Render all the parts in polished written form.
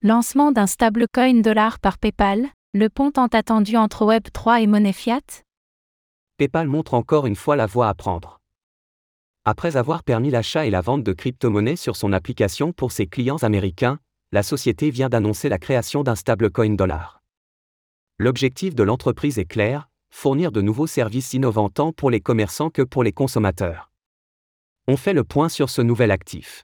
Lancement d'un stablecoin dollar par PayPal, le pont tant attendu entre Web3 et monnaie fiat? PayPal montre encore une fois la voie à prendre. Après avoir permis l'achat et la vente de crypto-monnaies sur son application pour ses clients américains, la société vient d'annoncer la création d'un stablecoin dollar. L'objectif de l'entreprise est clair, fournir de nouveaux services innovants tant pour les commerçants que pour les consommateurs. On fait le point sur ce nouvel actif.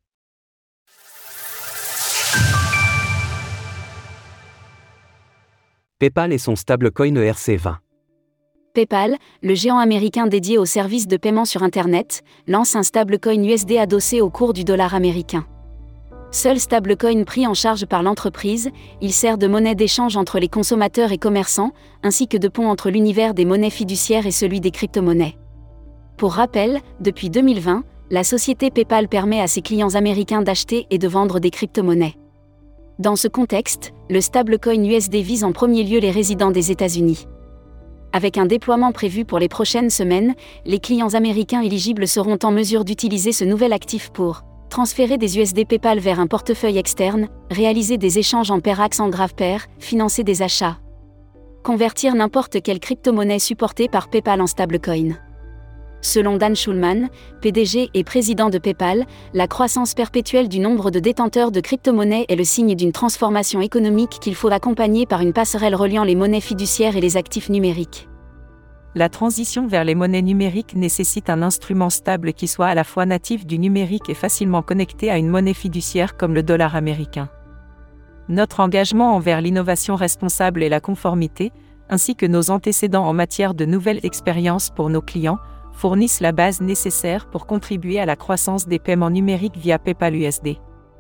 PayPal et son stablecoin ERC20. PayPal, le géant américain dédié aux services de paiement sur Internet, lance un stablecoin USD adossé au cours du dollar américain. Seul stablecoin pris en charge par l'entreprise, il sert de monnaie d'échange entre les consommateurs et commerçants, ainsi que de pont entre l'univers des monnaies fiduciaires et celui des crypto-monnaies. Pour rappel, depuis 2020, la société PayPal permet à ses clients américains d'acheter et de vendre des crypto-monnaies. Dans ce contexte, le stablecoin USD vise en premier lieu les résidents des États-Unis. Avec un déploiement prévu pour les prochaines semaines, les clients américains éligibles seront en mesure d'utiliser ce nouvel actif pour transférer des USD PayPal vers un portefeuille externe, réaliser des échanges en Pairax en grave pair, financer des achats, convertir n'importe quelle crypto-monnaie supportée par PayPal en stablecoin. Selon Dan Schulman, PDG et président de PayPal, la croissance perpétuelle du nombre de détenteurs de crypto-monnaies est le signe d'une transformation économique qu'il faut accompagner par une passerelle reliant les monnaies fiduciaires et les actifs numériques. La transition vers les monnaies numériques nécessite un instrument stable qui soit à la fois natif du numérique et facilement connecté à une monnaie fiduciaire comme le dollar américain. Notre engagement envers l'innovation responsable et la conformité, ainsi que nos antécédents en matière de nouvelles expériences pour nos clients, fournissent la base nécessaire pour contribuer à la croissance des paiements numériques via PayPal USD.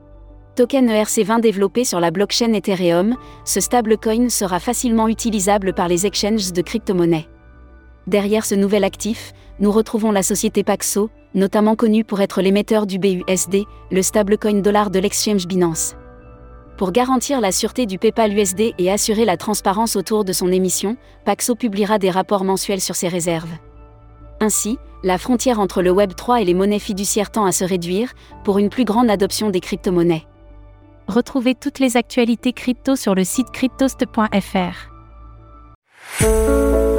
Token ERC20 développé sur la blockchain Ethereum, ce stablecoin sera facilement utilisable par les exchanges de crypto-monnaies. Derrière ce nouvel actif, nous retrouvons la société Paxos, notamment connue pour être l'émetteur du BUSD, le stablecoin dollar de l'exchange Binance. Pour garantir la sûreté du PayPal USD et assurer la transparence autour de son émission, Paxos publiera des rapports mensuels sur ses réserves. Ainsi, la frontière entre le Web3 et les monnaies fiduciaires tend à se réduire, pour une plus grande adoption des crypto-monnaies. Retrouvez toutes les actualités crypto sur le site cryptost.fr.